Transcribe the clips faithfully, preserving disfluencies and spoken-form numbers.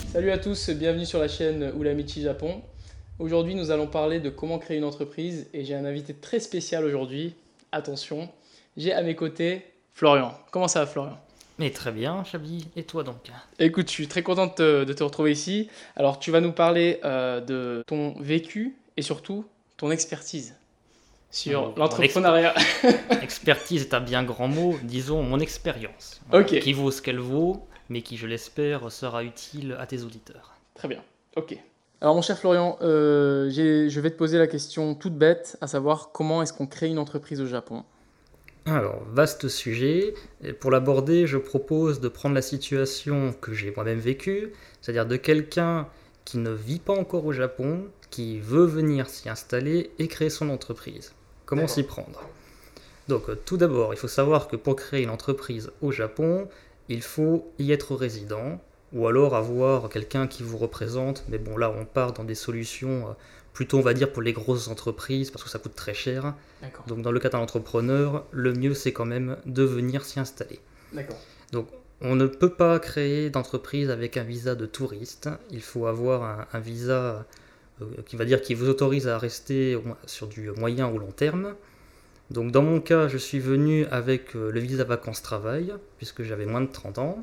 Salut à tous, bienvenue sur la chaîne Ulamichi Japon. Aujourd'hui, nous allons parler de comment créer une entreprise et j'ai un invité très spécial aujourd'hui. Attention, j'ai à mes côtés Florian. Comment ça va, Florian? Mais très bien, Chablis. Et toi donc? Écoute, je suis très content de te, de te retrouver ici. Alors, tu vas nous parler euh, de ton vécu et surtout ton expertise sur Mon, mon exp- l'entrepreneuriat. expertise est un bien grand mot, disons mon expérience, voilà, Ok, qui vaut ce qu'elle vaut, mais qui, je l'espère, sera utile à tes auditeurs. très bien. Ok. Alors, mon cher Florian, euh, j'ai- je vais te poser la question toute bête, à savoir comment est-ce qu'on crée une entreprise au Japon? Alors, vaste sujet. Et pour l'aborder, je propose de prendre la situation que j'ai moi-même vécue, c'est-à-dire de quelqu'un qui ne vit pas encore au Japon, qui veut venir s'y installer et créer son entreprise. Comment D'accord. s'y prendre? Donc, euh, tout d'abord, il faut savoir que pour créer une entreprise au Japon, il faut y être résident ou alors avoir quelqu'un qui vous représente. Mais bon, là, on part dans des solutions euh, plutôt, on va dire, pour les grosses entreprises parce que ça coûte très cher. D'accord. Donc, dans le cas d'un entrepreneur, le mieux, c'est quand même de venir s'y installer. D'accord. Donc, on ne peut pas créer d'entreprise avec un visa de touriste. Il faut avoir un, un visa euh, qui va dire qui vous autorise à rester au moins sur du moyen ou long terme. Donc dans mon cas, je suis venu avec euh, le visa vacances-travail, puisque j'avais moins de trente ans.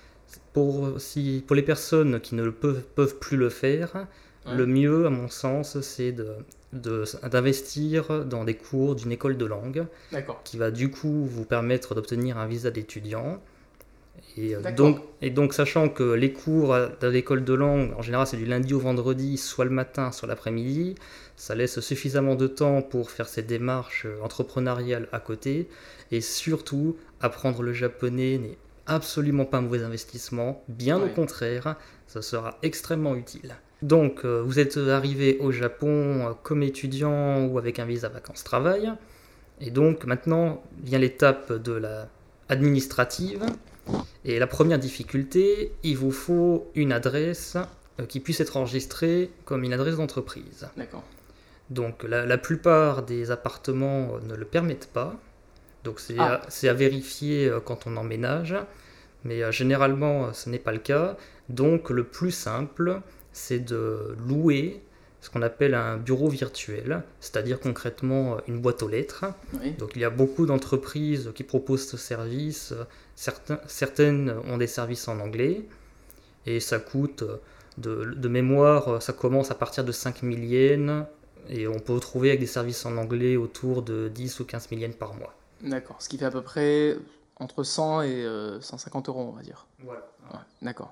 Pour, si, pour les personnes qui ne le peuvent, peuvent plus le faire, Ouais. le mieux, à mon sens, c'est de, de- d'investir dans des cours d'une école de langue, D'accord. qui va du coup vous permettre d'obtenir un visa d'étudiant. Et euh, donc, D'accord. et donc, sachant que les cours à- de l'école de langue, en général, c'est du lundi au vendredi, soit le matin, soit l'après-midi, ça laisse suffisamment de temps pour faire ces démarches euh, entrepreneuriales à côté. Et surtout, apprendre le japonais n'est absolument pas un mauvais investissement, bien au Ouais. contraire, ça sera extrêmement utile. Donc, euh, vous êtes arrivé au Japon euh, comme étudiant ou avec un visa vacances-travail. Et donc, maintenant vient l'étape de la administrative. Et la première difficulté, il vous faut une adresse euh, qui puisse être enregistrée comme une adresse d'entreprise. D'accord. Donc la, la plupart des appartements euh, ne le permettent pas. Donc c'est à, Ah, c'est à vérifier euh, quand on emménage. Mais euh, généralement, euh, ce n'est pas le cas. Donc le plus simple, c'est de louer ce qu'on appelle un bureau virtuel, c'est-à-dire concrètement euh, une boîte aux lettres. oui. Donc il y a beaucoup d'entreprises qui proposent ce service. Certains, certaines ont des services en anglais et ça coûte euh, de, de mémoire, ça commence à partir de cinq mille yens et on peut retrouver avec des services en anglais autour de dix ou quinze mille yens par mois. D'accord. Ce qui fait à peu près entre cent et euh, cent cinquante euros, on va dire. Voilà. Ouais. D'accord.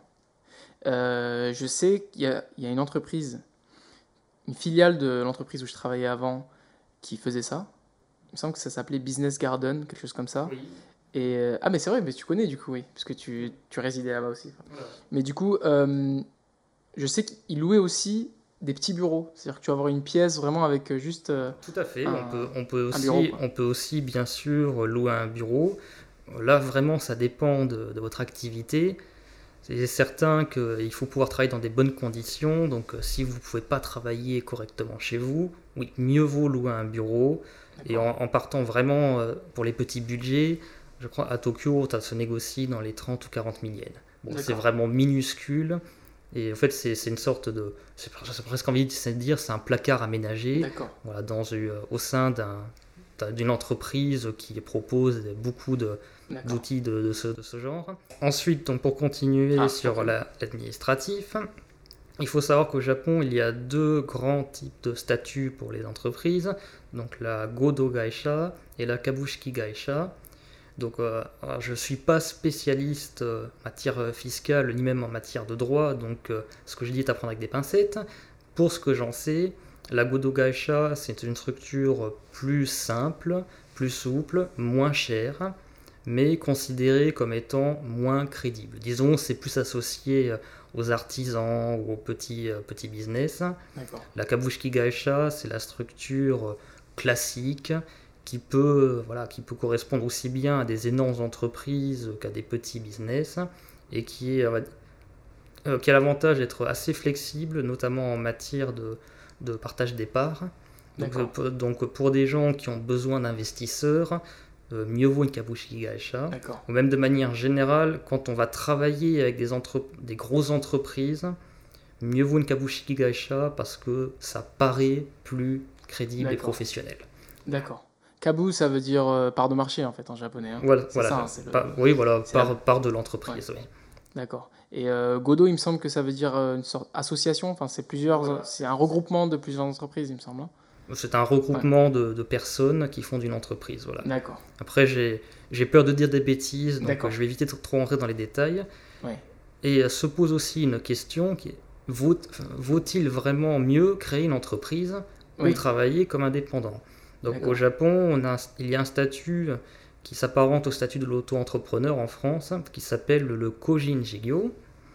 Euh, je sais qu'il y a, il y a une entreprise, une filiale de l'entreprise où je travaillais avant, qui faisait ça. Il me semble que ça s'appelait Business Garden, quelque chose comme ça. Oui. Et euh, ah, mais c'est vrai, mais tu connais du coup, oui, parce que tu, tu résidais là-bas aussi. Voilà. Mais du coup, euh, je sais qu'ils louaient aussi des petits bureaux. C'est-à-dire que tu vas avoir une pièce vraiment avec euh, juste euh, Tout à fait. On peut, un, on peut un bureau, aussi, quoi. on peut aussi bien sûr louer un bureau. Là vraiment, ça dépend de, de votre activité. C'est certain qu'il faut pouvoir travailler dans des bonnes conditions, donc euh, si vous ne pouvez pas travailler correctement chez vous, oui, mieux vaut louer un bureau. Et D'accord. en, en partant vraiment euh, pour les petits budgets, je crois à Tokyo, ça se négocie dans les trente ou quarante mille yens. Bon, c'est D'accord. vraiment minuscule, et en fait c'est c'est une sorte de, c'est j'ai presque envie de dire, c'est un placard aménagé, D'accord. voilà, dans, euh, au sein d'un, d'une entreprise qui propose beaucoup de, D'accord. d'outils de, de, ce, de, ce, genre. Ensuite, donc, pour continuer Ah, ok. sur la, l'administratif, il faut savoir qu'au Japon, il y a deux grands types de statuts pour les entreprises, donc la Godo Gaisha et la Kabushiki Gaisha. Donc, euh, je ne suis pas spécialiste en euh, matière fiscale ni même en matière de droit, donc euh, ce que je dis est à prendre avec des pincettes. Pour ce que j'en sais, la Godo Gaisha, c'est une structure plus simple, plus souple, moins chère, mais considérée comme étant moins crédible. Disons, c'est plus associé aux artisans ou aux petits, euh, petits business. D'accord. La Kabushiki Gaisha, c'est la structure classique qui peut, voilà, qui peut correspondre aussi bien à des énormes entreprises qu'à des petits business et qui, est, euh, qui a l'avantage d'être assez flexible, notamment en matière de, de partage des parts. Donc, euh, donc pour des gens qui ont besoin d'investisseurs, euh, mieux vaut une Kabushiki Gaisha. D'accord. Ou même de manière générale, quand on va travailler avec des, entre... des grosses entreprises, mieux vaut une Kabushiki Gaisha parce que ça paraît plus crédible D'accord. et professionnel. D'accord. Kabu, ça veut dire euh, part de marché en fait en japonais. Hein. Voilà, c'est voilà. ça, hein, c'est le... Par- oui, voilà, c'est part, la- part de l'entreprise. Oui. D'accord. Et euh, Godo, il me semble que ça veut dire euh, une sorte d'association. Enfin, c'est plusieurs, c'est un regroupement de plusieurs entreprises, il me semble. Hein. C'est un regroupement de, de personnes qui font une entreprise. Voilà. D'accord. Après, j'ai, j'ai peur de dire des bêtises, donc D'accord. euh, je vais éviter de trop rentrer dans les détails. Ouais. Et euh, se pose aussi une question qui est, vaut, enfin, vaut-il vraiment mieux créer une entreprise Oui. ou travailler comme indépendant? Donc D'accord. au Japon, on a un- il y a un statut qui s'apparente au statut de l'auto-entrepreneur en France, qui s'appelle le Kojin Jigyo.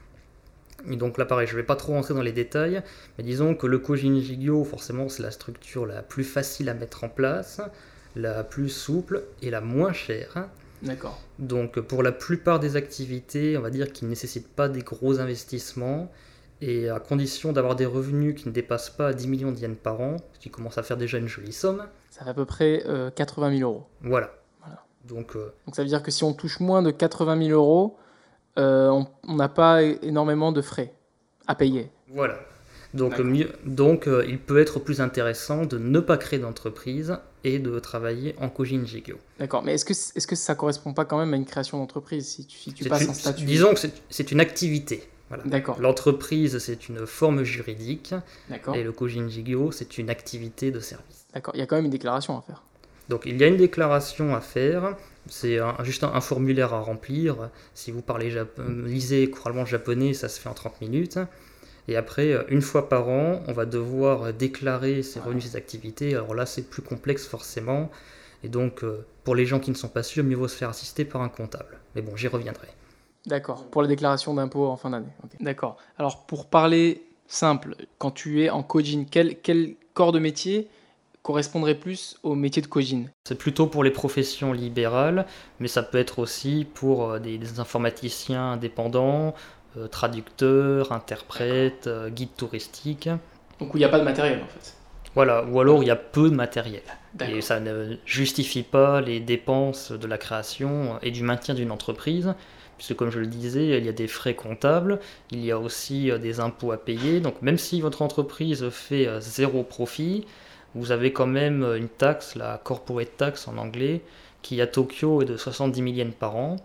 Et donc là pareil, je ne vais pas trop rentrer dans les détails, mais disons que le Kojin Jigyo, forcément, c'est la structure la plus facile à mettre en place, la plus souple et la moins chère. D'accord. Donc pour la plupart des activités, on va dire qu'ils ne nécessitent pas des gros investissements, et à condition d'avoir des revenus qui ne dépassent pas dix millions de yens par an, ce qui commence à faire déjà une jolie somme. Ça fait à peu près euh, quatre-vingt mille euros. Voilà. Voilà. Donc euh, Donc ça veut dire que si on touche moins de quatre-vingt mille euros, euh, on on n'a pas é- énormément de frais à payer. voilà. Donc, D'accord. mieux, donc euh, il peut être plus intéressant de ne pas créer d'entreprise et de travailler en Kojin Jigyo. D'accord. Mais est-ce que, est-ce que ça correspond pas quand même à une création d'entreprise si tu, si tu C'est passes une- en statut? Disons que c'est, c'est une activité. Voilà. D'accord. L'entreprise, c'est une forme juridique, D'accord. et le Kojin Jigyo, c'est une activité de service. D'accord. Il y a quand même une déclaration à faire. Donc il y a une déclaration à faire, c'est un- juste un, un formulaire à remplir. Si vous parlez Jap- euh, lisez couramment japonais, ça se fait en trente minutes. Et après, euh, une fois par an, on va devoir euh, déclarer ses revenus, ses activités. Alors là, c'est plus complexe forcément. Et donc, euh, pour les gens qui ne sont pas sûrs, mieux vaut se faire assister par un comptable. Mais bon, j'y reviendrai. D'accord. Pour la déclaration d'impôt en fin d'année. Ok. D'accord. Alors pour parler simple, quand tu es en Kojin, quel, quel corps de métier correspondrait plus au métier de Kojin? C'est plutôt pour les professions libérales, mais ça peut être aussi pour euh, des, des informaticiens indépendants, euh, traducteurs, interprètes, euh, guides touristiques. Donc où il n'y a pas de matériel en fait. Voilà, ou alors il y a peu de matériel. D'accord. Et ça ne justifie pas les dépenses de la création et du maintien d'une entreprise, puisque comme je le disais, il y a des frais comptables, il y a aussi euh, des impôts à payer. Donc même si votre entreprise fait euh, zéro profit, vous avez quand même une taxe, la corporate tax en anglais, qui à Tokyo est de soixante-dix mille yens par an.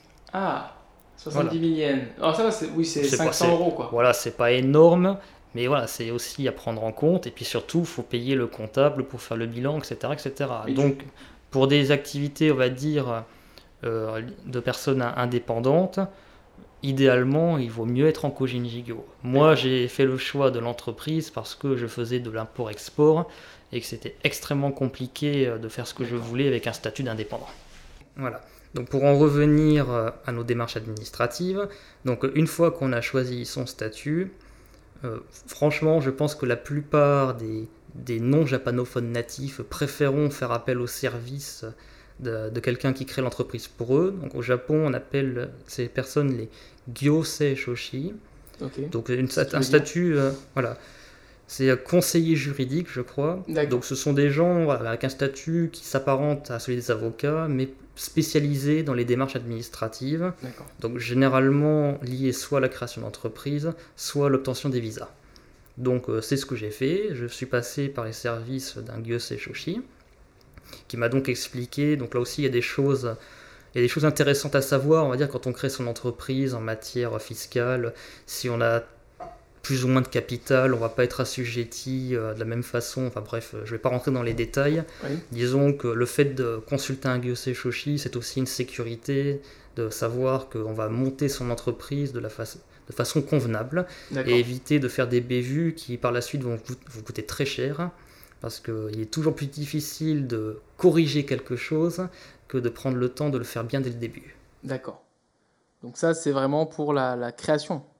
Ah, soixante-dix mille yens. Alors ça, va, c'est- oui, c'est C'est pas- cinq cents c'est- euros quoi. Voilà, c'est pas énorme, mais voilà, c'est aussi à prendre en compte. Et puis surtout, il faut payer le comptable pour faire le bilan, et cetera, et cetera. Et Donc, pour des activités, on va dire, euh, de personnes indépendantes, idéalement, il vaut mieux être en Kojin Jigyo. Moi, D'accord. j'ai fait le choix de l'entreprise parce que je faisais de l'import-export et que c'était extrêmement compliqué euh, de faire ce que je voulais avec un statut d'indépendant. Voilà. Donc pour en revenir euh, à nos démarches administratives, donc euh, une fois qu'on a choisi son statut, euh, franchement, je pense que la plupart des, des non-japanophones natifs préféreront faire appel au service de, de quelqu'un qui crée l'entreprise pour eux. Donc au Japon, on appelle ces personnes les gyosei shoshi. Ok. Donc une, Ça, tu un veux dire statut, euh, voilà, c'est euh, conseiller juridique, je crois. D'accord. Donc ce sont des gens voilà, avec un statut qui s'apparente à celui des avocats, mais spécialisés dans les démarches administratives. D'accord. Donc généralement liés soit à la création d'entreprise, soit à l'obtention des visas. Donc euh, c'est ce que j'ai fait. Je suis passé par les services d'un gyosei shoshi, qui m'a donc expliqué. Donc là aussi il y a des choses. Il y a des choses intéressantes à savoir, on va dire, quand on crée son entreprise en matière fiscale. Si on a plus ou moins de capital, on ne va pas être assujetti euh, de la même façon. Enfin bref, je ne vais pas rentrer dans les détails. Oui. Disons que le fait de consulter un gyosei shoshi, c'est aussi une sécurité de savoir qu'on va monter son entreprise de, la fa- de façon convenable D'accord. et éviter de faire des bévues qui par la suite vont vous, vous coûter très cher. Parce qu'il est toujours plus difficile de corriger quelque chose que de prendre le temps de le faire bien dès le début. D'accord. Donc ça, c'est vraiment pour la, la création.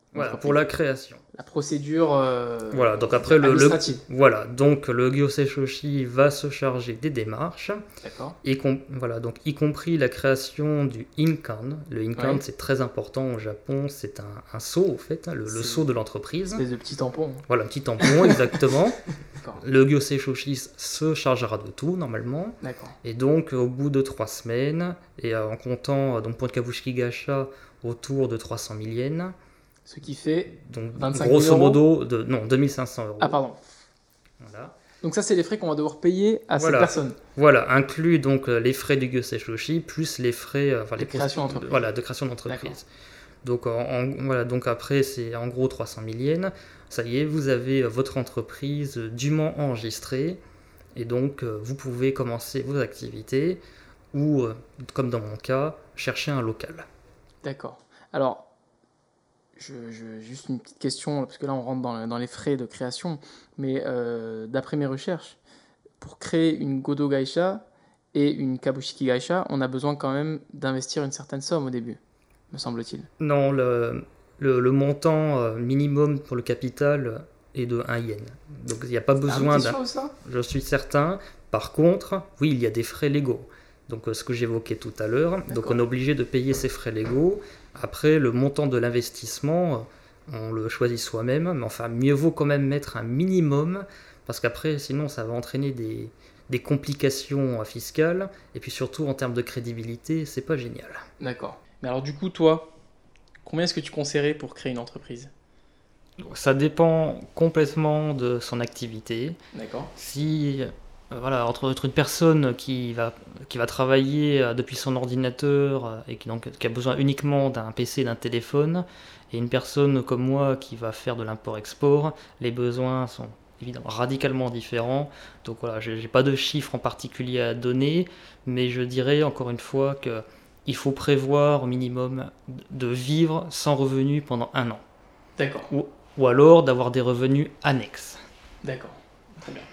Voilà, d'entreprise. pour la création. La procédure euh, Voilà, donc après le, le, administrative. voilà, donc le Gyosei Shoshi va se charger des démarches, D'accord. y, com- voilà, donc y compris la création du Inkan. Le Inkan, Ouais. c'est très important au Japon, c'est un, un sceau, en fait, hein, le, le C'est- sceau de l'entreprise. Espèce de petit tampon. hein. Voilà, un petit tampon, exactement. D'accord. Le Gyosei Shoshi se chargera de tout, normalement. D'accord. Et donc, au bout de trois semaines, et euh, en comptant, euh, donc pour le Kabushiki Gacha, autour de trois cent mille yens, Ce qui fait. donc vingt-cinq mille grosso euros modo, de, non, deux mille cinq cents euros. Ah, pardon. Voilà. Donc, ça, c'est les frais qu'on va devoir payer à Voilà. cette personne. Voilà, inclus donc euh, les frais du Gyosei Shoshi, plus les frais euh, enfin, De les création cons- d'entreprise. Voilà, de création d'entreprise. Donc, en, en- voilà, donc après, c'est en gros trois cent mille yens. Ça y est, vous avez euh, votre entreprise euh, dûment enregistrée. Et donc, euh, vous pouvez commencer vos activités ou, euh, comme dans mon cas, chercher un local. D'accord. Alors, je, je- juste une petite question, parce que là, on rentre dans, dans les frais de création. Mais euh, d'après mes recherches, pour créer une Godo Gaisha et une Kabushiki Gaisha, on a besoin quand même d'investir une certaine somme au début, me semble-t-il. Non, le, le, le montant euh, minimum pour le capital est de un yen. Donc, il n'y a pas besoin ah, d'un... sûr de ça Je suis certain. Par contre, oui, il y a des frais légaux. Donc, euh, ce que j'évoquais tout à l'heure. Donc, D'accord. on est obligé de payer ces frais légaux. Après, le montant de l'investissement, euh, on le choisit soi-même. Mais enfin, mieux vaut quand même mettre un minimum. Parce qu'après, sinon, ça va entraîner des, des complications euh, fiscales. Et puis surtout, en termes de crédibilité, c'est pas génial. D'accord. Mais alors, du coup, toi, combien est-ce que tu conseillerais pour créer une entreprise? Ça dépend complètement de son activité. D'accord. Si, euh, voilà, entre, entre une personne qui va, qui va travailler euh, depuis son ordinateur euh, et qui, donc, qui a besoin uniquement d'un P C, d'un téléphone, et une personne comme moi qui va faire de l'import-export, les besoins sont évidemment radicalement différents. Donc voilà, j'ai j'ai pas de chiffres en particulier à donner, mais je dirais encore une fois que il faut prévoir au minimum de vivre sans revenu pendant un an, D'accord. ou, ou alors d'avoir des revenus annexes. D'accord. Très bien.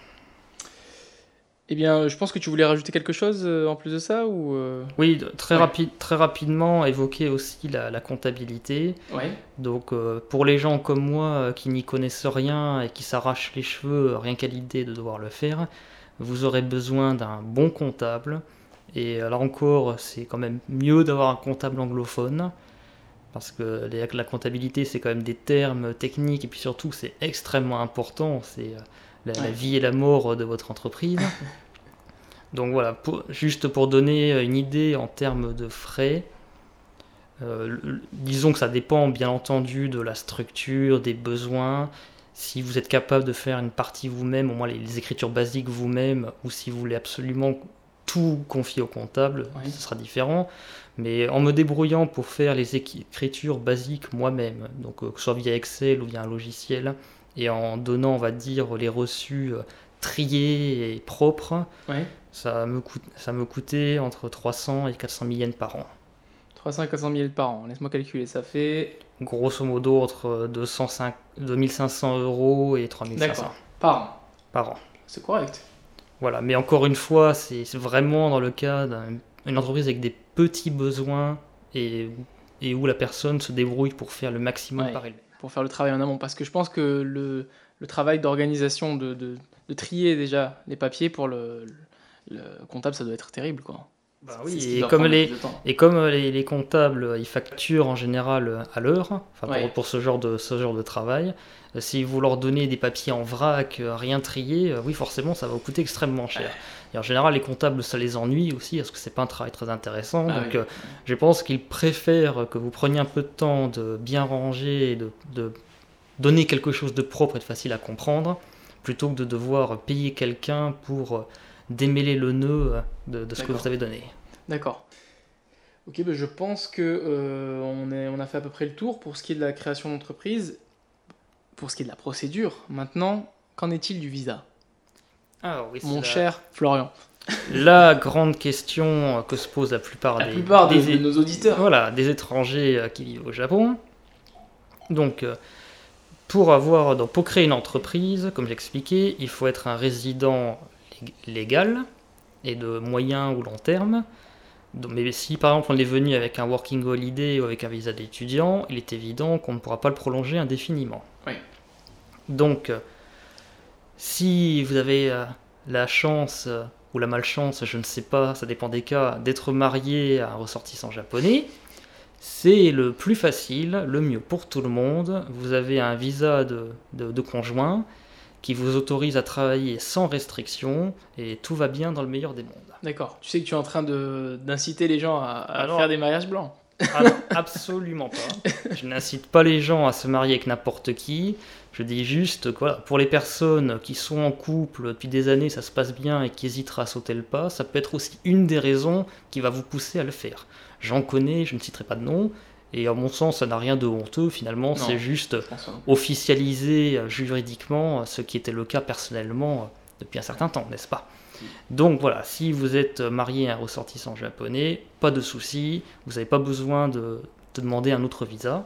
Eh bien, je pense que tu voulais rajouter quelque chose euh, en plus de ça ou euh, Oui, de- très, Ouais. rapide, très rapidement, évoquer aussi la, la comptabilité. Ouais. Donc, euh, pour les gens comme moi euh, qui n'y connaissent rien et qui s'arrachent les cheveux euh, rien qu'à l'idée de devoir le faire, vous aurez besoin d'un bon comptable. Et euh, là encore, c'est quand même mieux d'avoir un comptable anglophone. Parce que les- la comptabilité, c'est quand même des termes techniques et puis surtout, c'est extrêmement important. C'est euh, la, la Ouais. vie et la mort de votre entreprise. Donc voilà, pour- juste pour donner une idée en termes de frais, euh, le- disons que ça dépend bien entendu de la structure, des besoins. Si vous êtes capable de faire une partie vous-même, au moins les, les écritures basiques vous-même, ou si vous voulez absolument tout confier au comptable, Oui. ce sera différent. Mais en me débrouillant pour faire les équi- écritures basiques moi-même, donc euh, que ce soit via Excel ou via un logiciel, et en donnant, on va dire, les reçus euh, triés et propres, Ouais. ça me, coûte, ça me coûtait entre trois cents et quatre cent mille yens par an. trois cents à quatre cents mille par an. Laisse-moi calculer. Ça fait. Grosso modo, entre deux cent cinq deux mille cinq cents euros et trois mille cinq cents D'accord. Par an. par an. C'est correct. Voilà, mais encore une fois, c'est c'est vraiment dans le cas d'une entreprise avec des petits besoins et, et où la personne se débrouille pour faire le maximum Ouais. par elle-même. Pour faire le travail en amont. Parce que je pense que le, le travail d'organisation, de, de, de trier déjà les papiers pour le, le, le comptable, ça doit être terrible, quoi. Bah C'est oui, ce qui et doit comme, prendre les, le plus de temps. et comme euh, les, les comptables, euh, ils facturent en général euh, à l'heure, enfin pour, Ouais. pour ce, genre de, ce genre de travail, euh, si vous leur donnez des papiers en vrac, euh, rien trié, euh, oui forcément ça va vous coûter extrêmement cher. Et en général les comptables ça les ennuie aussi parce que c'est pas un travail très intéressant, Ah donc oui. euh, je pense qu'ils préfèrent que vous preniez un peu de temps de bien ranger et de, de donner quelque chose de propre et de facile à comprendre, plutôt que de devoir payer quelqu'un pour euh, démêler le nœud euh, de, de ce que D'accord. vous avez donné. D'accord. Ok, ben je pense que euh, on, est, on a fait à peu près le tour pour ce qui est de la création d'entreprise, pour ce qui est de la procédure. Maintenant, qu'en est-il du visa, Ah oui, c'est mon la- cher Florian? La grande question euh, que se pose la plupart La des, plupart de, des- de nos auditeurs. voilà, des étrangers euh, qui vivent au Japon. Donc, euh, pour, avoir, donc, pour créer une entreprise, comme j'expliquais, il faut être un résident lég- légal et de moyen ou long terme. Donc, mais si par exemple on est venu avec un working holiday ou avec un visa d'étudiant, il est évident qu'on ne pourra pas le prolonger indéfiniment. Oui. Donc, euh, si vous avez euh, la chance euh, ou la malchance, je ne sais pas, ça dépend des cas, d'être marié à un ressortissant japonais, c'est le plus facile, le mieux pour tout le monde. Vous avez un visa de, de, de conjoint qui vous autorise à travailler sans restriction et tout va bien dans le meilleur des mondes. D'accord. Tu sais que tu es en train de, d'inciter les gens à, à Alors- faire des mariages blancs. Ah non, absolument pas. Je n'incite pas les gens à se marier avec n'importe qui. Je dis juste que voilà, pour les personnes qui sont en couple depuis des années, ça se passe bien et qui hésiteraient à sauter le pas, ça peut être aussi une des raisons qui va vous pousser à le faire. J'en connais, je ne citerai pas de nom, et à mon sens, ça n'a rien de honteux finalement, Non. c'est juste Je pense pas. officialiser euh, juridiquement euh, ce qui était le cas personnellement euh, depuis un certain temps, n'est-ce pas ? Donc voilà, si vous êtes marié à un ressortissant japonais, pas de souci, vous n'avez pas besoin de, de demander un autre visa.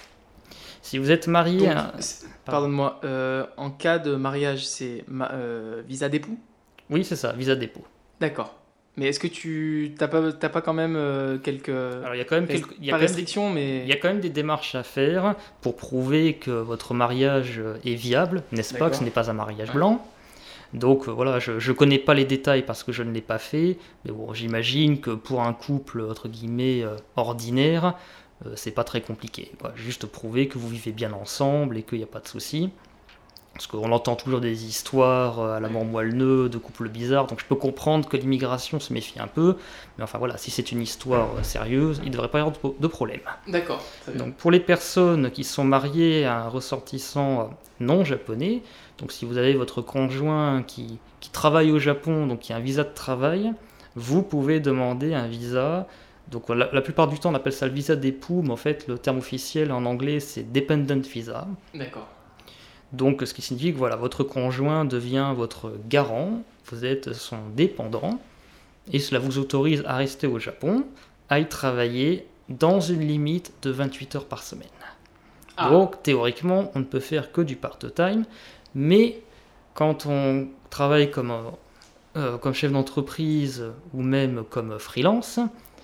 Si vous êtes marié Donc, à... c'est- pardonne-moi, euh, en cas de mariage, c'est ma- euh, visa d'époux? Oui, c'est ça, visa dépôt. D'accord. Mais est-ce que tu t'as pas, t'as pas quand même euh, quelques... Alors il y a quand même, rest- quelques, il y a pas quand même- restrictions, mais... il y a quand même des démarches à faire pour prouver que votre mariage est viable, n'est-ce pas, que D'accord. ce n'est pas un mariage Ouais. blanc. Donc euh, voilà, je ne connais pas les détails parce que je ne l'ai pas fait, mais bon, j'imagine que pour un couple, entre guillemets, euh, ordinaire, euh, c'est pas très compliqué, quoi. Juste prouver que vous vivez bien ensemble et qu'il n'y a pas de souci. Parce qu'on entend toujours des histoires euh, à la mort moelle-neu, de couples bizarres, donc je peux comprendre que l'immigration se méfie un peu, mais enfin voilà, si c'est une histoire euh, sérieuse, il ne devrait pas y avoir de, de problème. D'accord, très bien. Donc pour les personnes qui sont mariées à un ressortissant euh, non japonais, donc si vous avez votre conjoint qui, qui travaille au Japon, donc qui a un visa de travail, vous pouvez demander un visa. Donc la, la plupart du temps on appelle ça le visa d'époux, mais en fait le terme officiel en anglais c'est dependent visa. D'accord. Donc ce qui signifie que voilà, votre conjoint devient votre garant, vous êtes son dépendant, et cela vous autorise à rester au Japon, à y travailler dans une limite de vingt-huit heures par semaine. Ah. Donc théoriquement, on ne peut faire que du part-time, mais quand on travaille comme, euh, euh, comme chef d'entreprise ou même comme freelance,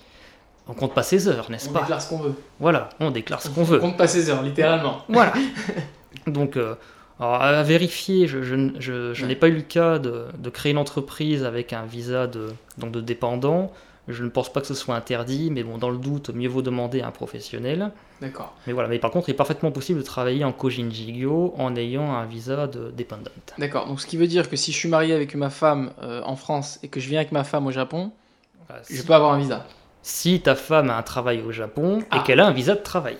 on compte pas ses heures, n'est-ce On pas ? déclare ce qu'on veut. Voilà, on déclare ce qu'on On veut. compte pas ses heures, littéralement. Voilà. Donc, euh, alors, à vérifier, je, je, je, je Ouais. n'ai pas eu le cas de, de créer une entreprise avec un visa de, donc de dépendant. Je ne pense pas que ce soit interdit, mais bon, dans le doute, mieux vaut demander à un professionnel. D'accord. Mais voilà, mais par contre, il est parfaitement possible de travailler en Kojin-Jigyo en ayant un visa de dépendant. D'accord. Donc ce qui veut dire que si je suis marié avec ma femme euh, en France et que je viens avec ma femme au Japon, Voilà, je si, peux avoir un visa. si ta femme a un travail au Japon Ah. et qu'elle a un visa de travail.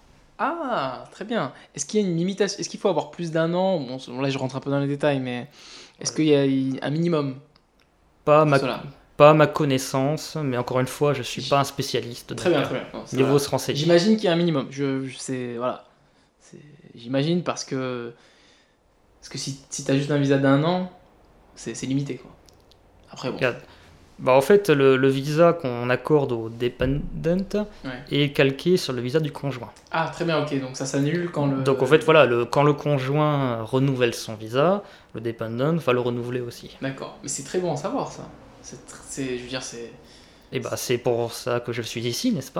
Ah, très bien. Est-ce qu'il y a une limitation? Est-ce qu'il faut avoir plus d'un an? Bon, là, je rentre un peu dans les détails, mais est-ce qu'il y a un minimum Pas à pour ma, cela? pas à ma connaissance, mais encore une fois, je ne suis J- pas un spécialiste. Très donc, bien, euh, très bien. Non, ça Mieux va. vaut se renseigner. J'imagine qu'il y a un minimum. Je, je sais, voilà. C'est- J'imagine parce que parce que si, si t'as juste un visa d'un an, c'est c'est limité, quoi. Après, bon. Regarde. Bah, en fait, le, le visa qu'on accorde aux dependent Ouais. est calqué sur le visa du conjoint. Ah, très bien, ok. Donc ça s'annule quand le. Donc en fait, voilà, le, quand le conjoint renouvelle son visa, le dependent va le renouveler aussi. D'accord. Mais c'est très bon à savoir, ça. C'est, tr- c'est, je veux dire, c'est. Et bah c'est pour ça que je suis ici, n'est-ce pas ?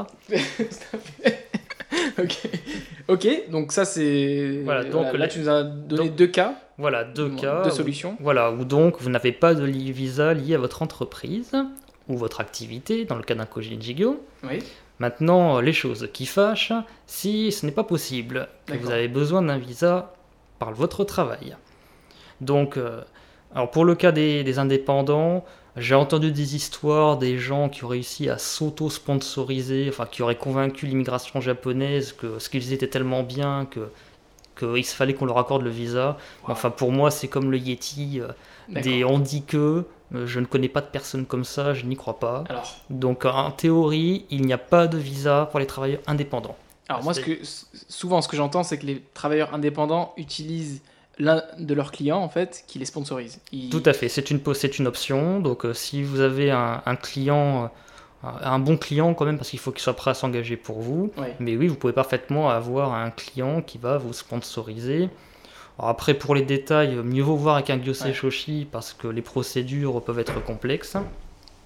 Ok. Ok. Donc ça, c'est. Voilà, donc là, la- tu nous as donné donc- deux cas, Voilà, deux Bon, cas. deux où- solutions. Voilà, où donc vous n'avez pas de li- visa lié à votre entreprise ou votre activité, dans le cas d'un Kojin-Jigyo. Oui. Maintenant, les choses qui fâchent, si ce n'est pas possible, que vous D'accord. avez besoin d'un visa par votre travail. Donc, euh, alors pour le cas des, des indépendants, j'ai entendu des histoires des gens qui ont réussi à s'auto-sponsoriser, enfin qui auraient convaincu l'immigration japonaise que ce qu'ils faisaient était tellement bien que qu'il fallait qu'on leur accorde le visa. Wow. Enfin, pour moi, c'est comme le Yeti, euh, D'accord. des on dit que, euh, je ne connais pas de personne comme ça, je n'y crois pas. Alors, Donc en théorie, il n'y a pas de visa pour les travailleurs indépendants. alors moi, ce c'est- que, souvent, ce que j'entends, c'est que les travailleurs indépendants utilisent l'un de leurs clients, en fait, qui les sponsorise. Ils- Tout à fait, c'est une, po- c'est une option. Donc euh, si vous avez un, un client, euh, un bon client quand même, parce qu'il faut qu'il soit prêt à s'engager pour vous, Ouais. mais oui, vous pouvez parfaitement avoir un client qui va vous sponsoriser. Alors après, pour les détails, mieux vaut voir avec un Gyosei Ouais. Shoshi parce que les procédures peuvent être complexes.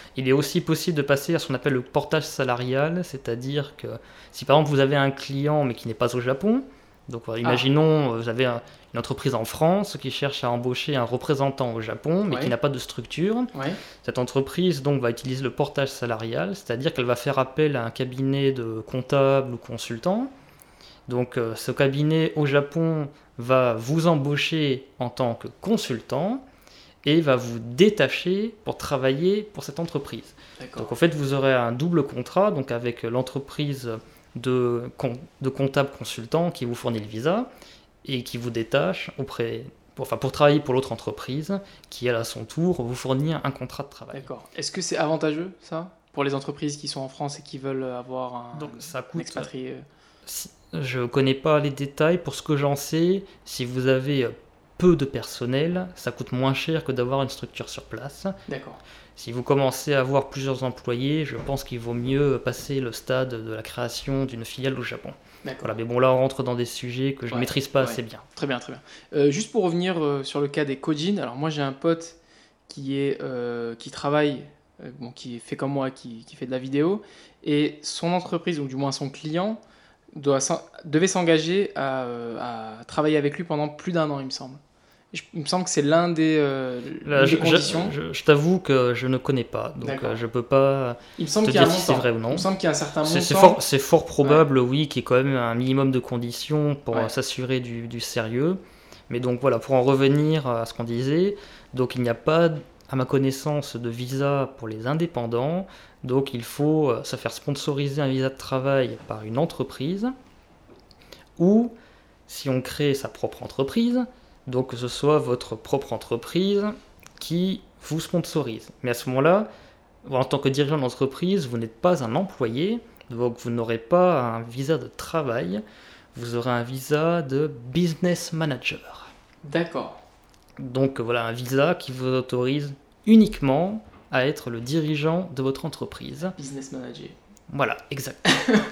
Il est aussi possible de passer à ce qu'on appelle le portage salarial, c'est-à-dire que si par exemple vous avez un client mais qui n'est pas au Japon, donc voilà, imaginons ah. vous avez un, une entreprise en France qui cherche à embaucher un représentant au Japon mais ouais. qui n'a pas de structure, ouais. cette entreprise donc va utiliser le portage salarial, c'est-à-dire qu'elle va faire appel à un cabinet de comptable ou consultant. Donc euh, ce cabinet au Japon va vous embaucher en tant que consultant et va vous détacher pour travailler pour cette entreprise. D'accord. Donc en fait, vous aurez un double contrat donc avec l'entreprise de, de comptable consultant qui vous fournit le visa et qui vous détache auprès, pour, enfin, pour travailler pour l'autre entreprise qui, elle, à son tour, vous fournit un contrat de travail. D'accord. Est-ce que c'est avantageux, ça, pour les entreprises qui sont en France et qui veulent avoir un, donc, ça coûte, un expatrié si, je ne connais pas les détails. Pour ce que j'en sais, si vous avez peu de personnel, ça coûte moins cher que d'avoir une structure sur place. D'accord. Si vous commencez à avoir plusieurs employés, je pense qu'il vaut mieux passer le stade de la création d'une filiale au Japon. D'accord. Voilà, mais bon, là, on rentre dans des sujets que je ne ouais, maîtrise pas ouais. assez bien. Très bien, très bien. Euh, juste pour revenir euh, sur le cas des Kojin, alors moi, j'ai un pote qui, est, euh, qui travaille, euh, bon, qui fait comme moi, qui, qui fait de la vidéo, et son entreprise, ou du moins son client, doit, devait s'engager à, à travailler avec lui pendant plus d'un an, il me semble. Je, il me semble que c'est l'un des, euh, Là, des je, conditions. Je, je, je t'avoue que je ne connais pas, donc euh, je ne peux pas il me semble te qu'il y a dire un si c'est vrai ou non. Il me semble qu'il y a un certain montant. C'est, c'est, fort, c'est fort probable, ouais. oui, qu'il y ait quand même un minimum de conditions pour ouais. s'assurer du, du sérieux. Mais donc voilà, pour en revenir à ce qu'on disait, donc il n'y a pas, à ma connaissance, de visa pour les indépendants. Donc il faut se faire sponsoriser un visa de travail par une entreprise, ou si on crée sa propre entreprise, donc que ce soit votre propre entreprise qui vous sponsorise. Mais à ce moment-là, en tant que dirigeant d'entreprise, vous n'êtes pas un employé, donc vous n'aurez pas un visa de travail, vous aurez un visa de business manager. D'accord. Donc voilà, un visa qui vous autorise uniquement à être le dirigeant de votre entreprise. Business manager. Voilà, exact.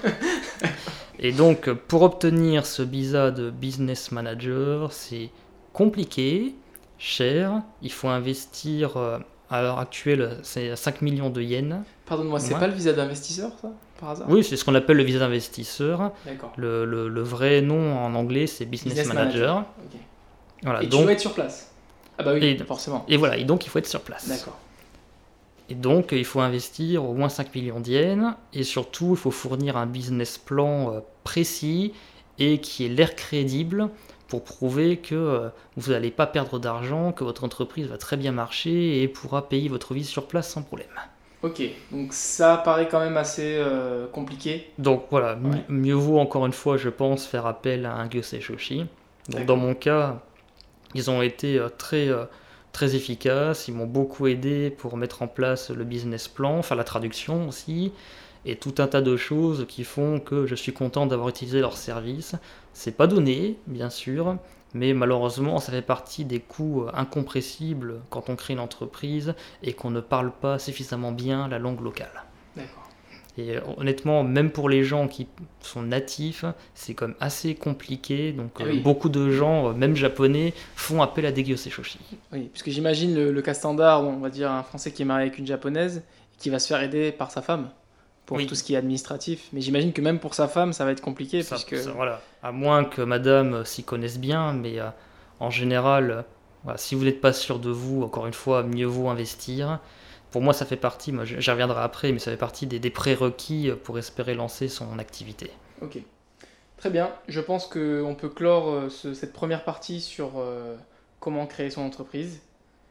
Et donc, pour obtenir ce visa de business manager, c'est compliqué, cher, il faut investir, euh, à l'heure actuelle, c'est cinq millions de yens. Pardonne-moi, c'est ouais. pas le visa d'investisseur, ça, par hasard ? Oui, c'est ce qu'on appelle le visa d'investisseur. D'accord. Le, le, le vrai nom en anglais, c'est business, business manager. manager. Okay. Voilà, et donc, tu dois être sur place ? Ah bah oui, et, forcément. Et voilà, et donc il faut être sur place. D'accord. Et donc, il faut investir au moins cinq millions de yens, et surtout, il faut fournir un business plan euh, précis et qui ait l'air crédible pour prouver que euh, vous n'allez pas perdre d'argent, que votre entreprise va très bien marcher et pourra payer votre vie sur place sans problème. Ok, donc ça paraît quand même assez euh, compliqué. Donc voilà, ouais. m- mieux vaut encore une fois, je pense, faire appel à un Gyosei Shoshi. Donc dans mon cas, ils ont été euh, très... Euh, très efficaces, ils m'ont beaucoup aidé pour mettre en place le business plan, faire la traduction aussi, et tout un tas de choses qui font que je suis content d'avoir utilisé leurs services. C'est pas donné, bien sûr, mais malheureusement, ça fait partie des coûts incompressibles quand on crée une entreprise et qu'on ne parle pas suffisamment bien la langue locale. D'accord. Et honnêtement, même pour les gens qui sont natifs, c'est quand même assez compliqué. Donc ah oui. euh, beaucoup de gens, même japonais, font appel à des Gyosei Shoshi. Oui, puisque j'imagine le, le cas standard, on va dire un Français qui est marié avec une Japonaise, qui va se faire aider par sa femme pour oui. tout ce qui est administratif. Mais j'imagine que même pour sa femme, ça va être compliqué. Ça, puisque... ça, voilà. À moins que madame s'y connaisse bien, mais euh, en général, euh, voilà, si vous n'êtes pas sûr de vous, encore une fois, mieux vaut investir. Pour moi, ça fait partie, moi, j'y reviendrai après, mais ça fait partie des, des prérequis pour espérer lancer son activité. Ok, très bien. Je pense qu'on peut clore euh, ce, cette première partie sur euh, comment créer son entreprise.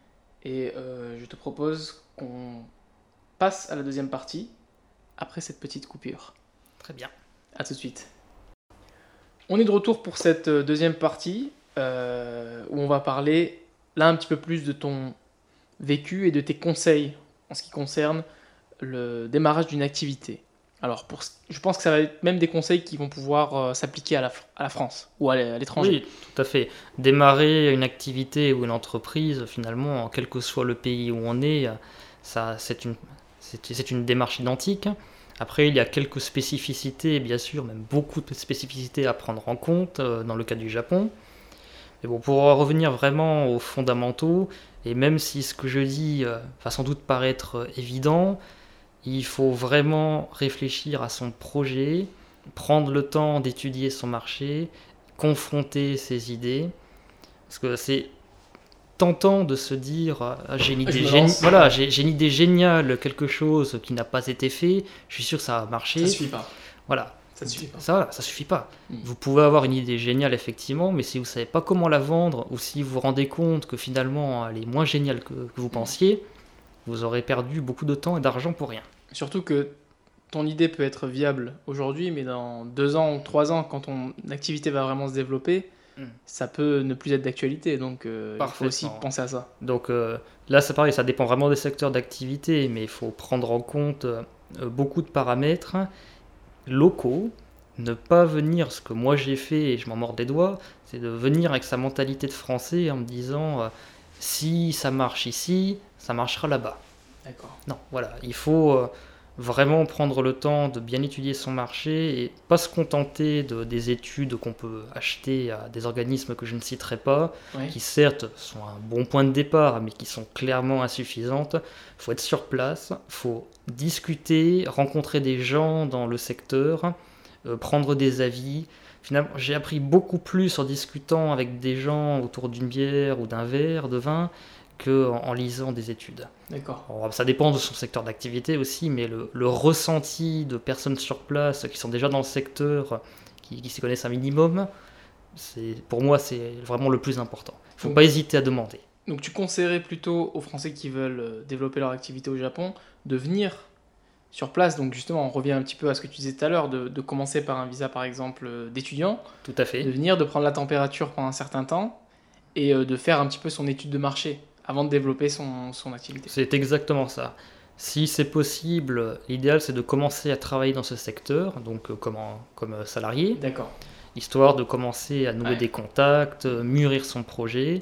Et euh, je te propose qu'on passe à la deuxième partie, après cette petite coupure. Très bien. À tout de suite. On est de retour pour cette deuxième partie, euh, où on va parler là un petit peu plus de ton vécu et de tes conseils en ce qui concerne le démarrage d'une activité. Alors, pour, je pense que ça va être même des conseils qui vont pouvoir euh, s'appliquer à la, à la France ou à l'étranger. Oui, tout à fait. Démarrer une activité ou une entreprise, finalement, quel que soit le pays où on est, ça, c'est, une, c'est, c'est une démarche identique. Après, il y a quelques spécificités, bien sûr, même beaucoup de spécificités à prendre en compte euh, dans le cas du Japon. Mais bon, pour revenir vraiment aux fondamentaux, Et même si ce que je dis euh, va sans doute paraître euh, évident, il faut vraiment réfléchir à son projet, prendre le temps d'étudier son marché, confronter ses idées. Parce que c'est tentant de se dire ah, j'ai une idée, géni- voilà, j'ai, j'ai une idée géniale, quelque chose qui n'a pas été fait, je suis sûr que ça va marcher. Ça suffit pas. Voilà. Ça suffit pas. Ça, voilà, ça suffit pas. Mmh. Vous pouvez avoir une idée géniale, effectivement, mais si vous savez pas comment la vendre, ou si vous vous rendez compte que finalement elle est moins géniale que, que vous pensiez, mmh. vous aurez perdu beaucoup de temps et d'argent pour rien. Surtout que ton idée peut être viable aujourd'hui, mais dans deux ans ou trois ans, quand ton activité va vraiment se développer, mmh. ça peut ne plus être d'actualité. Donc euh, il faut aussi penser à ça. Donc euh, là, c'est pareil, ça dépend vraiment des secteurs d'activité, mais il faut prendre en compte euh, beaucoup de paramètres locaux, ne pas venir, ce que moi j'ai fait et je m'en mords des doigts, c'est de venir avec sa mentalité de français en me disant euh, si ça marche ici, ça marchera là-bas. D'accord. Non, voilà, il faut euh, vraiment prendre le temps de bien étudier son marché et pas se contenter de, des études qu'on peut acheter à des organismes que je ne citerai pas, oui. qui certes sont un bon point de départ, mais qui sont clairement insuffisantes. Il faut être sur place, il faut discuter, rencontrer des gens dans le secteur, euh, prendre des avis. Finalement, j'ai appris beaucoup plus en discutant avec des gens autour d'une bière ou d'un verre de vin qu'en en lisant des études. D'accord. Alors, ça dépend de son secteur d'activité aussi, mais le, le ressenti de personnes sur place qui sont déjà dans le secteur, qui, qui s'y connaissent un minimum, c'est, pour moi, c'est vraiment le plus important. Il ne faut donc, pas hésiter à demander. Donc tu conseillerais plutôt aux Français qui veulent développer leur activité au Japon de venir sur place. Donc justement, on revient un petit peu à ce que tu disais tout à l'heure, de, de commencer par un visa, par exemple, d'étudiant. Tout à fait. De venir, de prendre la température pendant un certain temps et de faire un petit peu son étude de marché avant de développer son, son activité. C'est exactement ça. Si c'est possible, l'idéal c'est de commencer à travailler dans ce secteur, donc euh, comme, en, comme salarié. D'accord. Histoire de commencer à nouer ouais. des contacts, mûrir son projet,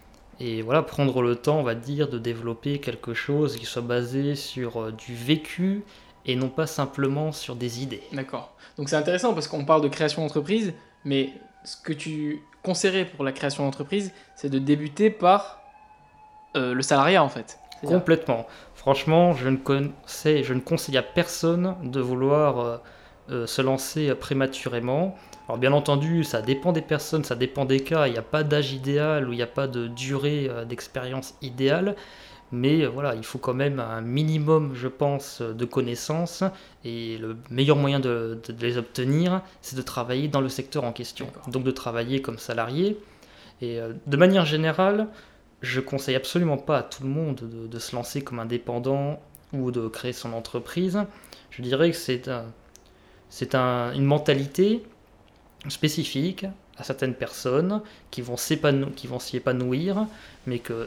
et voilà, prendre le temps, on va dire, de développer quelque chose qui soit basé sur euh, du vécu et non pas simplement sur des idées. D'accord. Donc c'est intéressant parce qu'on parle de création d'entreprise, mais ce que tu conseillerais pour la création d'entreprise, c'est de débuter par Euh, le salariat en fait. C'est-à-dire... Complètement. Franchement, je ne, conseille, je ne conseille à personne de vouloir euh, euh, se lancer prématurément. Alors bien entendu, ça dépend des personnes, ça dépend des cas. Il n'y a pas d'âge idéal ou il n'y a pas de durée euh, d'expérience idéale. Mais euh, voilà, il faut quand même un minimum, je pense, de connaissances. Et le meilleur moyen de, de, de les obtenir, c'est de travailler dans le secteur en question. D'accord. Donc de travailler comme salarié. Et euh, de manière générale, je conseille absolument pas à tout le monde de, de se lancer comme indépendant ou de créer son entreprise. Je dirais que c'est, un, c'est un, une mentalité spécifique à certaines personnes qui vont, qui vont s'y épanouir, mais que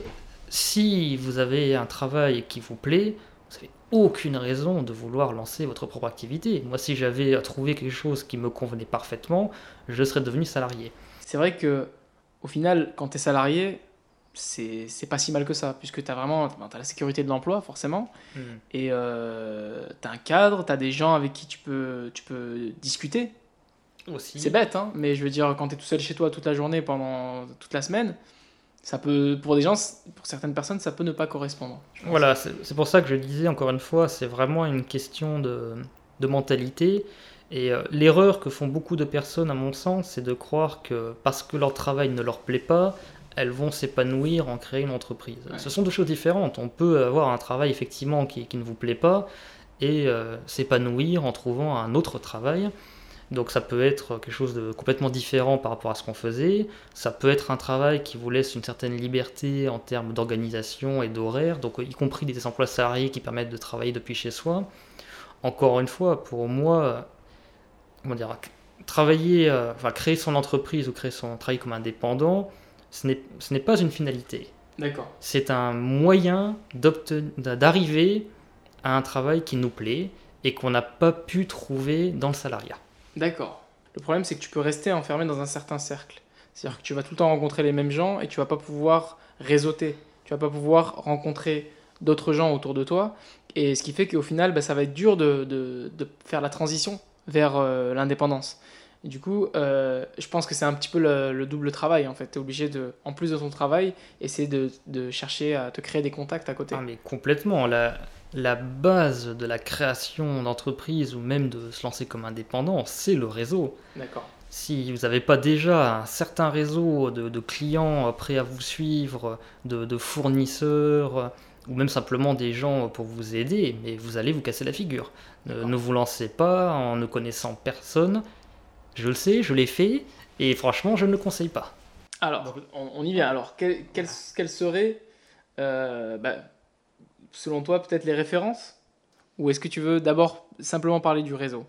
si vous avez un travail qui vous plaît, vous n'avez aucune raison de vouloir lancer votre propre activité. Moi, si j'avais trouvé quelque chose qui me convenait parfaitement, je serais devenu salarié. C'est vrai que au final, quand tu es salarié, c'est, c'est pas si mal que ça, puisque tu as vraiment ben, t'as la sécurité de l'emploi, forcément, mmh. et euh, tu as un cadre, tu as des gens avec qui tu peux, tu peux discuter. Aussi. C'est bête, hein, mais je veux dire, quand tu es tout seul chez toi toute la journée, pendant toute la semaine, ça peut, pour des gens, pour certaines personnes, ça peut ne pas correspondre. Voilà, c'est, c'est pour ça que je disais, encore une fois, c'est vraiment une question de, de mentalité. Et euh, l'erreur que font beaucoup de personnes, à mon sens, c'est de croire que parce que leur travail ne leur plaît pas, elles vont s'épanouir en créant une entreprise. Ouais. Ce sont deux choses différentes. On peut avoir un travail effectivement qui, qui ne vous plaît pas et euh, s'épanouir en trouvant un autre travail. Donc ça peut être quelque chose de complètement différent par rapport à ce qu'on faisait. Ça peut être un travail qui vous laisse une certaine liberté en termes d'organisation et d'horaire, donc y compris des emplois salariés qui permettent de travailler depuis chez soi. Encore une fois, pour moi, comment dire, travailler, euh, enfin créer son entreprise ou créer son travail comme indépendant, Ce n'est, ce n'est pas une finalité. D'accord. C'est un moyen d'arriver à un travail qui nous plaît et qu'on n'a pas pu trouver dans le salariat. D'accord. Le problème, c'est que tu peux rester enfermé dans un certain cercle. C'est-à-dire que tu vas tout le temps rencontrer les mêmes gens et tu vas pas pouvoir réseauter. Tu vas pas pouvoir rencontrer d'autres gens autour de toi. Et ce qui fait qu'au final, bah, ça va être dur de, de, de faire la transition vers euh, l'indépendance. Et du coup, euh, je pense que c'est un petit peu le, le double travail en fait. Tu es obligé de, en plus de ton travail, essayer de, de chercher à te créer des contacts à côté. Ah, mais complètement. La, la base de la création d'entreprise ou même de se lancer comme indépendant, c'est le réseau. D'accord. Si vous n'avez pas déjà un certain réseau de, de clients prêts à vous suivre, de, de fournisseurs, ou même simplement des gens pour vous aider, mais vous allez vous casser la figure. Ne, ne vous lancez pas en ne connaissant personne. Je le sais, je l'ai fait, et franchement, je ne le conseille pas. Alors, on, on y vient. Alors, quelles quelle, quelle seraient, euh, bah, selon toi, peut-être les références? Ou est-ce que tu veux d'abord simplement parler du réseau?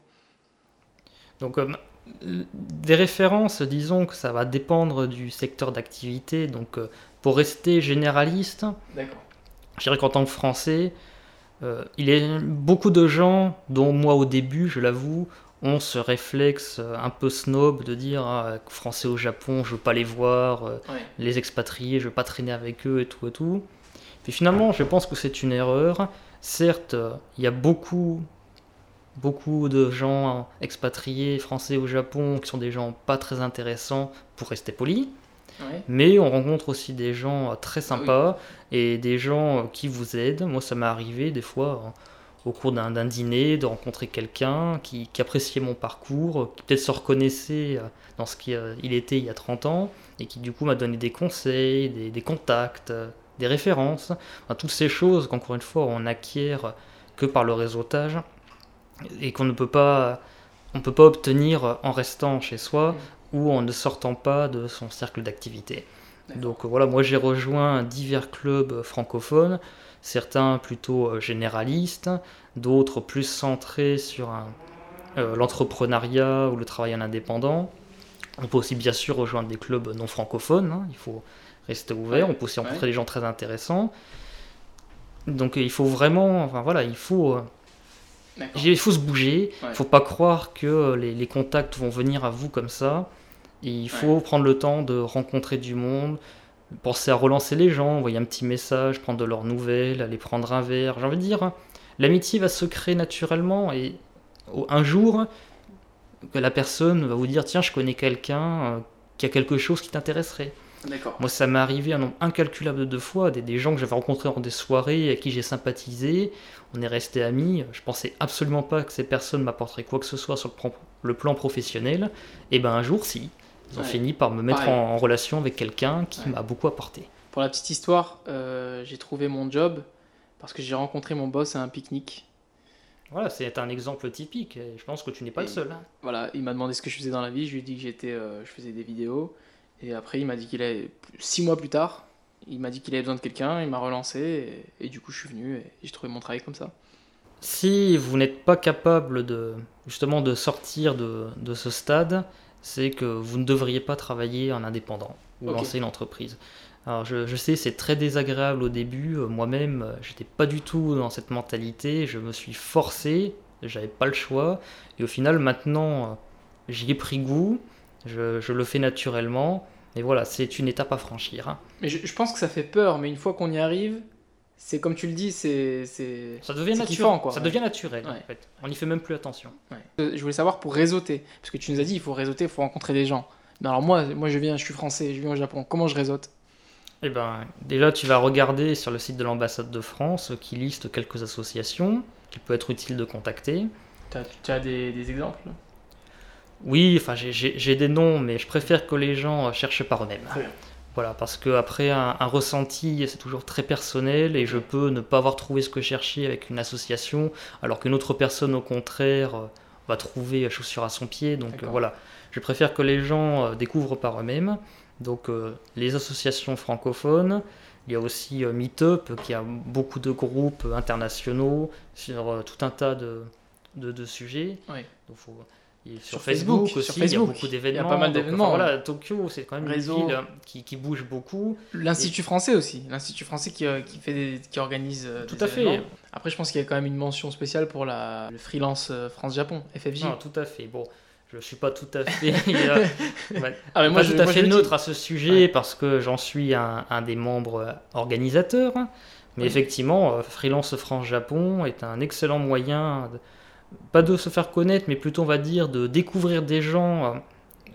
Donc, euh, des références, disons que ça va dépendre du secteur d'activité. Donc, euh, pour rester généraliste, D'accord. je dirais qu'en tant que Français, euh, il y a beaucoup de gens, dont moi au début, je l'avoue, ont ce réflexe un peu snob de dire ah, Français au Japon, je veux pas les voir, euh, Ouais. les expatriés, je veux pas traîner avec eux et tout et tout. Puis finalement, je pense que c'est une erreur. Certes, euh, il y a beaucoup, beaucoup de gens expatriés français au Japon qui sont des gens pas très intéressants pour rester poli. Ouais. Mais on rencontre aussi des gens très sympas et des gens qui vous aident. Moi, ça m'est arrivé des fois au cours d'un, d'un dîner de rencontrer quelqu'un qui, qui appréciait mon parcours, qui peut-être se reconnaissait dans ce qu'il était il y a trente ans et qui du coup m'a donné des conseils, des, des contacts, des références. Enfin, toutes ces choses qu'encore une fois on acquiert que par le réseautage et qu'on ne peut pas, on peut pas obtenir en restant chez soi. Mmh. Ou en ne sortant pas de son cercle d'activité. D'accord. Donc voilà, moi j'ai rejoint divers clubs francophones, certains plutôt généralistes, d'autres plus centrés sur un, euh, l'entrepreneuriat ou le travail en indépendant. On peut aussi bien sûr rejoindre des clubs non francophones, hein, il faut rester ouvert, ouais, on peut aussi rencontrer ouais. des gens très intéressants. Donc il faut vraiment, enfin voilà, il faut... D'accord. Il faut se bouger, il ouais. ne faut pas croire que les, les contacts vont venir à vous comme ça. Et il faut ouais. prendre le temps de rencontrer du monde, penser à relancer les gens, envoyer un petit message, prendre de leurs nouvelles, aller prendre un verre. J'ai envie de dire, l'amitié va se créer naturellement et un jour, que la personne va vous dire « Tiens, je connais quelqu'un qui a quelque chose qui t'intéresserait ». D'accord. Moi, ça m'est arrivé un nombre incalculable de fois, des, des gens que j'avais rencontrés dans des soirées, avec qui j'ai sympathisé, on est restés amis, je pensais absolument pas que ces personnes m'apporteraient quoi que ce soit sur le plan, le plan professionnel, et ben un jour, si, ils ont ouais. fini par me mettre en, en relation avec quelqu'un qui ouais. m'a beaucoup apporté. Pour la petite histoire, euh, j'ai trouvé mon job parce que j'ai rencontré mon boss à un pique-nique. Voilà, c'est un exemple typique, et je pense que tu n'es pas et le seul. Hein. Voilà, il m'a demandé ce que je faisais dans la vie, je lui ai dit que j'étais, euh, je faisais des vidéos. Et après, il m'a dit qu'il avait, six mois plus tard, il m'a dit qu'il avait besoin de quelqu'un, il m'a relancé, et, et du coup, je suis venu, et j'ai trouvé mon travail comme ça. Si vous n'êtes pas capable de, justement, de sortir de, de ce stade, c'est que vous ne devriez pas travailler en indépendant, ou okay. lancer une entreprise. Alors, je, je sais, c'est très désagréable au début, moi-même, j'étais pas du tout dans cette mentalité, je me suis forcé, j'avais pas le choix, et au final, maintenant, j'y ai pris goût, Je, je le fais naturellement, et voilà, c'est une étape à franchir. Hein. Mais je, je pense que ça fait peur, mais une fois qu'on y arrive, c'est comme tu le dis, c'est c'est ça devient naturel. Kiffant, quoi. Ça ouais. devient naturel. Ouais. En fait. On n'y fait même plus attention. Ouais. Je voulais savoir pour réseauter, parce que tu nous as dit, il faut réseauter, il faut rencontrer des gens. Mais alors moi, moi, je viens, je suis français, je viens au Japon. Comment je réseaute? Eh ben, déjà, tu vas regarder sur le site de l'ambassade de France qui liste quelques associations qu'il peut être utile de contacter. Tu as des, des exemples? Oui, enfin j'ai des noms, mais je préfère que les gens cherchent par eux-mêmes. Oui. Voilà, parce qu'après un, un ressenti, c'est toujours très personnel et je peux ne pas avoir trouvé ce que je cherchais avec une association, alors qu'une autre personne, au contraire, va trouver chaussure à son pied. Donc euh, voilà, je préfère que les gens découvrent par eux-mêmes. Donc euh, les associations francophones, il y a aussi euh, Meetup qui a beaucoup de groupes internationaux sur euh, tout un tas de, de, de sujets. Oui. Donc, faut, Et sur, sur Facebook, Facebook aussi, sur Facebook, il y a beaucoup d'événements. Il y a pas mal d'événements. Enfin, voilà, Tokyo, c'est quand même Réseau. une ville qui, qui bouge beaucoup. L'Institut et... français aussi, l'Institut français qui, qui, fait des, qui organise tout des à événements. fait. Après, je pense qu'il y a quand même une mention spéciale pour la, le freelance France-Japon, F F J. Non, tout à fait. Bon, je ne suis pas tout à fait, euh, ouais, ah, mais moi, pas je, tout à moi, fait je neutre dis... à ce sujet ouais. parce que j'en suis un, un des membres organisateurs. Mais oui. effectivement, Freelance France-Japon est un excellent moyen... De, pas de se faire connaître, mais plutôt, on va dire, de découvrir des gens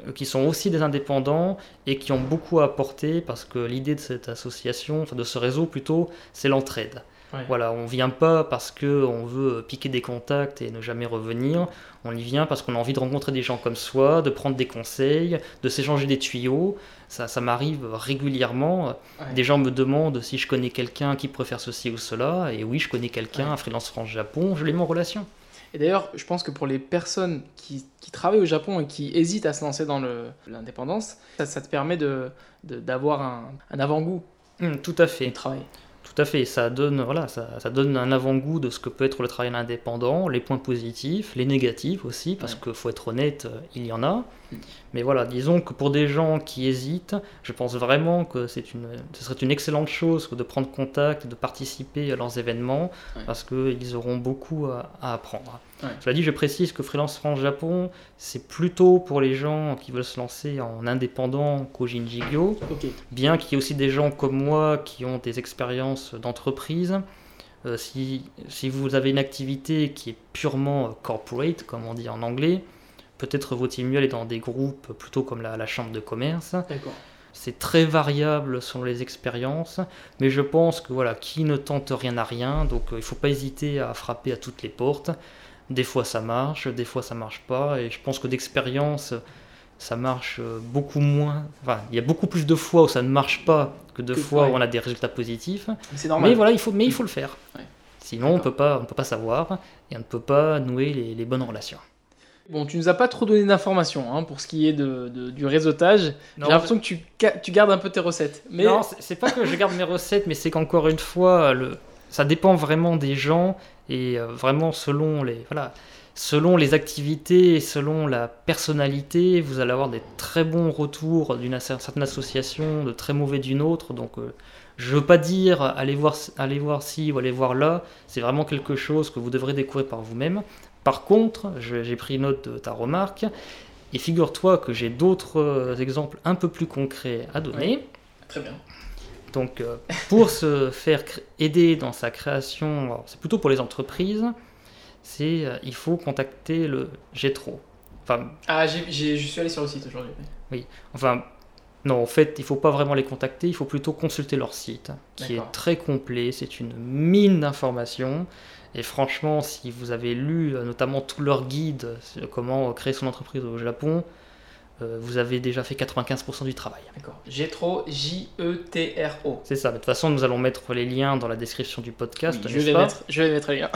qui sont aussi des indépendants et qui ont beaucoup à apporter parce que l'idée de cette association, enfin de ce réseau plutôt, c'est l'entraide. Ouais. Voilà, on ne vient pas parce qu'on veut piquer des contacts et ne jamais revenir, on y vient parce qu'on a envie de rencontrer des gens comme soi, de prendre des conseils, de s'échanger des tuyaux. Ça, ça m'arrive régulièrement. Ouais. Des gens me demandent si je connais quelqu'un qui préfère ceci ou cela, et oui, je connais quelqu'un, Ouais. un freelance France-Japon, je les mets en relation. Et d'ailleurs, je pense que pour les personnes qui, qui travaillent au Japon et qui hésitent à se lancer dans le- l'indépendance, ça, ça te permet de, de- d'avoir un, un avant-goût Hum, tout à du fait. travail. Tout à fait, ça donne, voilà, ça, ça donne un avant-goût de ce que peut être le travail indépendant, les points positifs, les négatifs aussi, parce Ouais. qu'il faut être honnête, euh, il y en a. Mm. Mais voilà, disons que pour des gens qui hésitent, je pense vraiment que c'est une, ce serait une excellente chose que de prendre contact, de participer à leurs événements, Ouais. parce qu'ils auront beaucoup à, à apprendre. Ouais. Cela dit, je précise que Freelance France-Japon, c'est plutôt pour les gens qui veulent se lancer en indépendant qu'au Jinjigyo. Ok. Bien qu'il y ait aussi des gens comme moi qui ont des expériences d'entreprise, euh, si, si vous avez une activité qui est purement euh, corporate, comme on dit en anglais, peut-être vaut-il mieux aller dans des groupes plutôt comme la, la chambre de commerce. D'accord. C'est très variable selon les expériences, mais je pense que voilà, qui ne tente rien n'a rien, donc euh, il ne faut pas hésiter à frapper à toutes les portes. Des fois ça marche, des fois ça marche pas, et je pense que d'expérience, ça marche beaucoup moins. Enfin, il y a beaucoup plus de fois où ça ne marche pas que de Que- fois ouais. où on a des résultats positifs. Mais c'est normal. Mais voilà, il faut, mais il faut le faire. Ouais. Sinon, on D'accord. peut pas, on peut pas savoir et on ne peut pas nouer les, les bonnes relations. Bon, tu nous as pas trop donné d'informations hein, pour ce qui est de, de- du réseautage. Non, J'ai l'impression que tu, ca- tu gardes un peu tes recettes. Mais Non, c'est c'est pas que je garde mes recettes, mais c'est qu'encore une fois, le, ça dépend vraiment des gens et euh, vraiment selon les, voilà, selon les activités et selon la personnalité, vous allez avoir des très bons retours d'une asso- certaine association, de très mauvais d'une autre. Donc, euh, je veux pas dire allez voir, allez voir ci ou allez voir là. C'est vraiment quelque chose que vous devrez découvrir par vous-même. Par contre, je- j'ai pris note de ta remarque. Et figure-toi que j'ai d'autres euh, exemples un peu plus concrets à donner. très bien. Donc, euh, pour se faire cr- aider dans sa création, alors, c'est plutôt pour les entreprises, c'est euh, il faut contacter le Jetro. Enfin, Ah, j'ai, j'ai- je suis allé sur le site aujourd'hui. enfin, non, en fait, il ne faut pas vraiment les contacter, il faut plutôt consulter leur site, qui D'accord. est très complet, c'est une mine d'informations. Et franchement, si vous avez lu euh, notamment tout leur guide sur comment créer son entreprise au Japon, euh, vous avez déjà fait quatre-vingt-quinze pour cent du travail. D'accord. Jetro, J E T R O. C'est ça. De toute façon, nous allons mettre les liens dans la description du podcast. Oui, je n'est-ce vais pas mettre, je vais mettre les liens.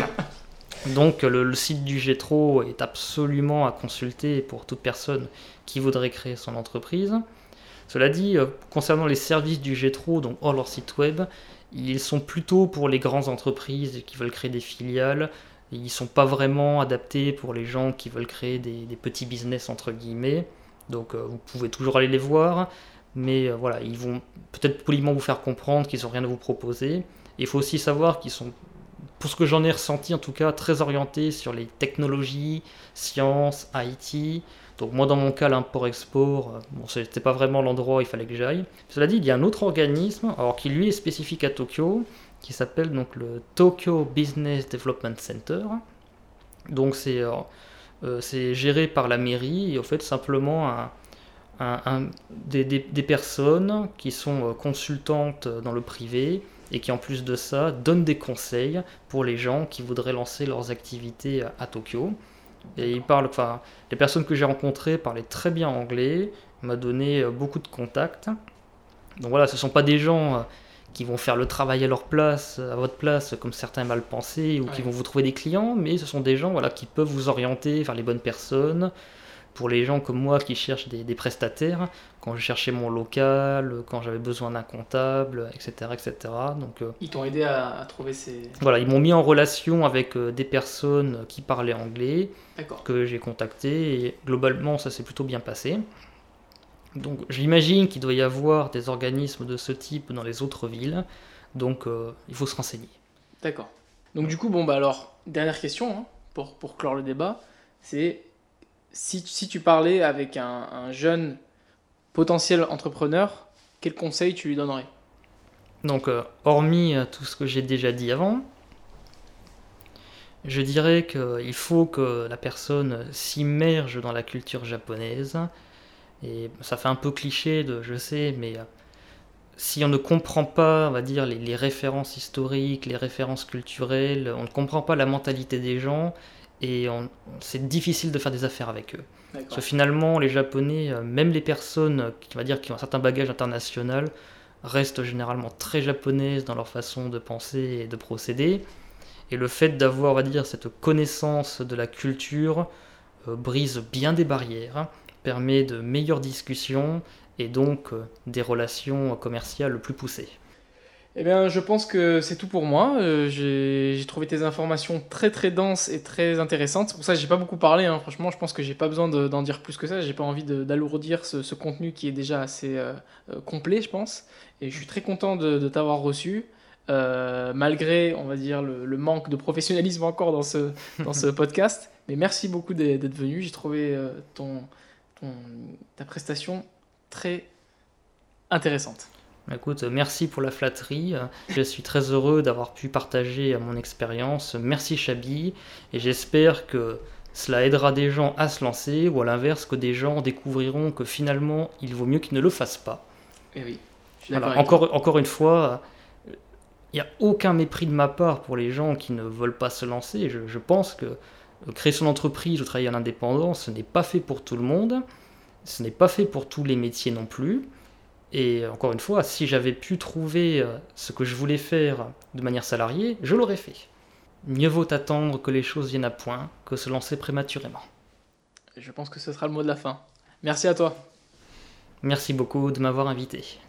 Donc le, le site du Jetro est absolument à consulter pour toute personne qui voudrait créer son entreprise. Cela dit, euh, concernant les services du Jetro, donc hors leur site web, ils sont plutôt pour les grandes entreprises qui veulent créer des filiales. Ils ne sont pas vraiment adaptés pour les gens qui veulent créer des, des petits business entre guillemets. Donc euh, vous pouvez toujours aller les voir, mais euh, voilà, ils vont peut-être poliment vous faire comprendre qu'ils n'ont rien à vous proposer. Et il faut aussi savoir qu'ils sont, pour ce que j'en ai ressenti en tout cas, très orientés sur les technologies, sciences, I T. Donc moi dans mon cas l'import-export, euh, bon, c'était pas vraiment l'endroit où il fallait que j'aille. Cela dit, il y a un autre organisme, alors qui lui est spécifique à Tokyo, qui s'appelle donc le Tokyo Business Development Center. Donc c'est euh, euh, c'est géré par la mairie et en fait simplement un, un- un- des, des- des personnes qui sont euh, consultantes dans le privé et qui en plus de ça donnent des conseils pour les gens qui voudraient lancer leurs activités à, à Tokyo. Et ils parlent, enfin, les personnes que j'ai rencontrées parlaient très bien anglais, m'a donné euh, beaucoup de contacts. Donc voilà, ce ne sont pas des gens euh, qui vont faire le travail à leur place, à votre place, comme certains mal pensés, ou qui Ouais. vont vous trouver des clients, mais ce sont des gens voilà, qui peuvent vous orienter vers les bonnes personnes. Pour les gens comme moi qui cherchent des, des prestataires, quand je cherchais mon local, quand j'avais besoin d'un comptable, et cetera, et cetera. Donc euh, Ils t'ont aidé à, à trouver ces. voilà, ils m'ont mis en relation avec euh, des personnes qui parlaient anglais, D'accord. que j'ai contactées, et globalement ça s'est plutôt bien passé. Donc j'imagine qu'il doit y avoir des organismes de ce type dans les autres villes, donc euh, il faut se renseigner. D'accord. Donc du coup, bon bah alors, dernière question hein, pour, pour clore le débat, c'est si, si tu parlais avec un, un jeune potentiel entrepreneur, quel conseil tu lui donnerais? Donc euh, hormis euh, tout ce que j'ai déjà dit avant, Je dirais qu'il faut que la personne s'immerge dans la culture japonaise. Et ça fait un peu cliché, de, je sais, mais euh, si on ne comprend pas, on va dire, les, les références historiques, les références culturelles, on ne comprend pas la mentalité des gens, et on- c'est difficile de faire des affaires avec eux. Parce que D'accord. finalement, les Japonais, euh, même les personnes qui, on va dire, qui ont un certain bagage international, restent généralement très japonaises dans leur façon de penser et de procéder. Et le fait d'avoir, on va dire, cette connaissance de la culture euh, brise bien des barrières, permet de meilleures discussions et donc euh, des relations commerciales plus poussées. Eh bien, je pense que c'est tout pour moi. Euh, j'ai j'ai trouvé tes informations très très denses et très intéressantes. C'est pour ça que j'ai pas beaucoup parlé, hein. Franchement, je pense que j'ai pas besoin de- d'en dire plus que ça. J'ai pas envie de- d'alourdir ce, ce contenu qui est déjà assez euh, euh, complet, je pense. Et je suis très content de, de t'avoir reçu. Euh, malgré, on va dire, le, le manque de professionnalisme encore dans ce, dans ce podcast. Mais merci beaucoup d'être d'être venu. J'ai trouvé euh, ton, ton- ta prestation très intéressante. Écoute, merci pour la flatterie. Je suis très heureux d'avoir pu partager mon expérience. Merci Chabi. Et j'espère que cela aidera des gens à se lancer ou à l'inverse que des gens découvriront que finalement il vaut mieux qu'ils ne le fassent pas. Eh oui, je suis d'accord Voilà, avec toi. encore, encore une fois, il n'y a aucun mépris de ma part pour les gens qui ne veulent pas se lancer. Je, je pense que créer son entreprise ou travailler en indépendant, ce n'est pas fait pour tout le monde. Ce n'est pas fait pour tous les métiers non plus. Et encore une fois, si j'avais pu trouver euh, ce que je voulais faire de manière salariée, je l'aurais fait. Mieux vaut attendre que les choses viennent à point que se lancer prématurément. Je pense que ce sera le mot de la fin. Merci à toi. Merci beaucoup de m'avoir invité.